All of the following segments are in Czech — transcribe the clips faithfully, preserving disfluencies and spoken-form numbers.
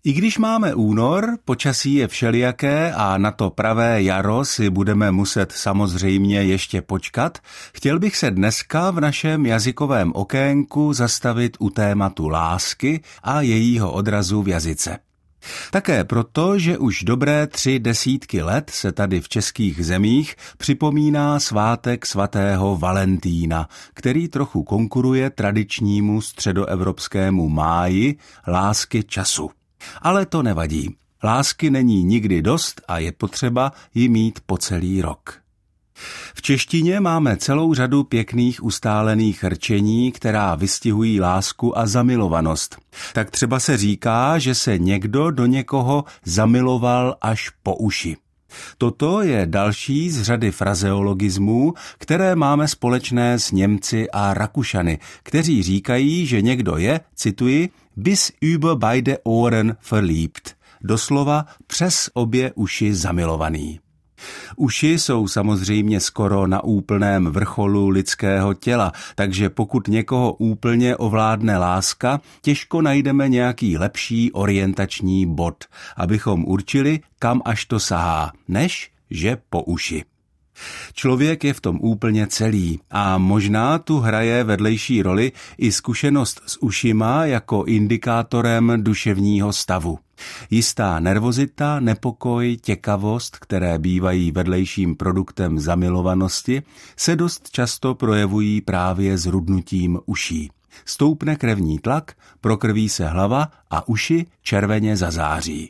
I když máme únor, počasí je všelijaké a na to pravé jaro si budeme muset samozřejmě ještě počkat, chtěl bych se dneska v našem jazykovém okénku zastavit u tématu lásky a jejího odrazu v jazyce. Také proto, že už dobré tři desítky let se tady v českých zemích připomíná svátek svatého Valentína, který trochu konkuruje tradičnímu středoevropskému máji lásky času. Ale to nevadí. Lásky není nikdy dost a je potřeba ji mít po celý rok. V češtině máme celou řadu pěkných ustálených rčení, která vystihují lásku a zamilovanost. Tak třeba se říká, že se někdo do někoho zamiloval až po uši. Toto je další z řady frazeologismů, které máme společné s Němci a Rakušany, kteří říkají, že někdo je, cituji, bis über beide Ohren verliebt, doslova přes obě uši zamilovaný. Uši jsou samozřejmě skoro na úplném vrcholu lidského těla, takže pokud někoho úplně ovládne láska, těžko najdeme nějaký lepší orientační bod, abychom určili, kam až to sahá, než že po uši. Člověk je v tom úplně celý a možná tu hraje vedlejší roli i zkušenost s ušima jako indikátorem duševního stavu. Jistá nervozita, nepokoj, těkavost, které bývají vedlejším produktem zamilovanosti, se dost často projevují právě zrudnutím uší. Stoupne krevní tlak, prokrví se hlava a uši červeně zazáří.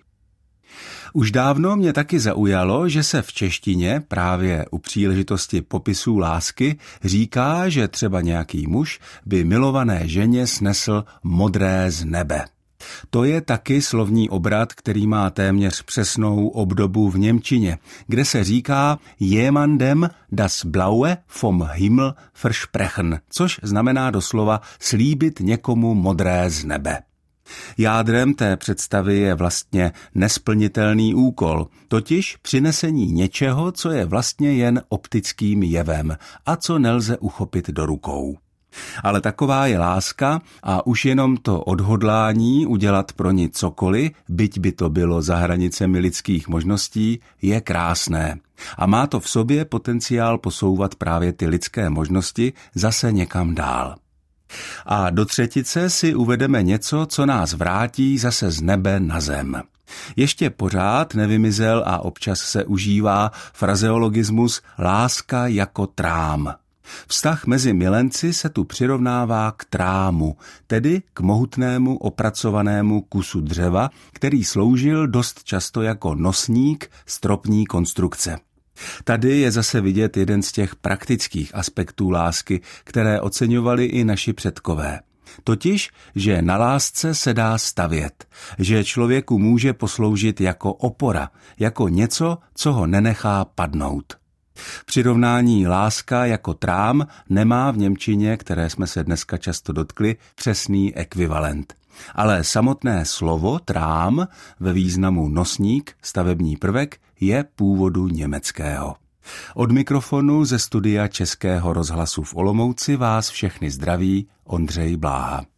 Už dávno mě taky zaujalo, že se v češtině právě u příležitosti popisů lásky říká, že třeba nějaký muž by milované ženě snesl modré z nebe. To je taky slovní obrat, který má téměř přesnou obdobu v němčině, kde se říká jemandem das Blaue vom Himmel versprechen, což znamená doslova slíbit někomu modré z nebe. Jádrem té představy je vlastně nesplnitelný úkol, totiž přinesení něčeho, co je vlastně jen optickým jevem a co nelze uchopit do rukou. Ale taková je láska a už jenom to odhodlání udělat pro ní cokoliv, byť by to bylo za hranicemi lidských možností, je krásné. A má to v sobě potenciál posouvat právě ty lidské možnosti zase někam dál. A do třetice si uvedeme něco, co nás vrátí zase z nebe na zem. Ještě pořád nevymizel a občas se užívá frazeologismus láska jako trám. Vztah mezi milenci se tu přirovnává k trámu, tedy k mohutnému opracovanému kusu dřeva, který sloužil dost často jako nosník stropní konstrukce. Tady je zase vidět jeden z těch praktických aspektů lásky, které oceňovali i naši předkové. Totiž, že na lásce se dá stavět, že člověku může posloužit jako opora, jako něco, co ho nenechá padnout. Přirovnání láska jako trám nemá v němčině, které jsme se dneska často dotkli, přesný ekvivalent. Ale samotné slovo trám ve významu nosník, stavební prvek, je původu německého. Od mikrofonu ze studia Českého rozhlasu v Olomouci vás všechny zdraví Ondřej Bláha.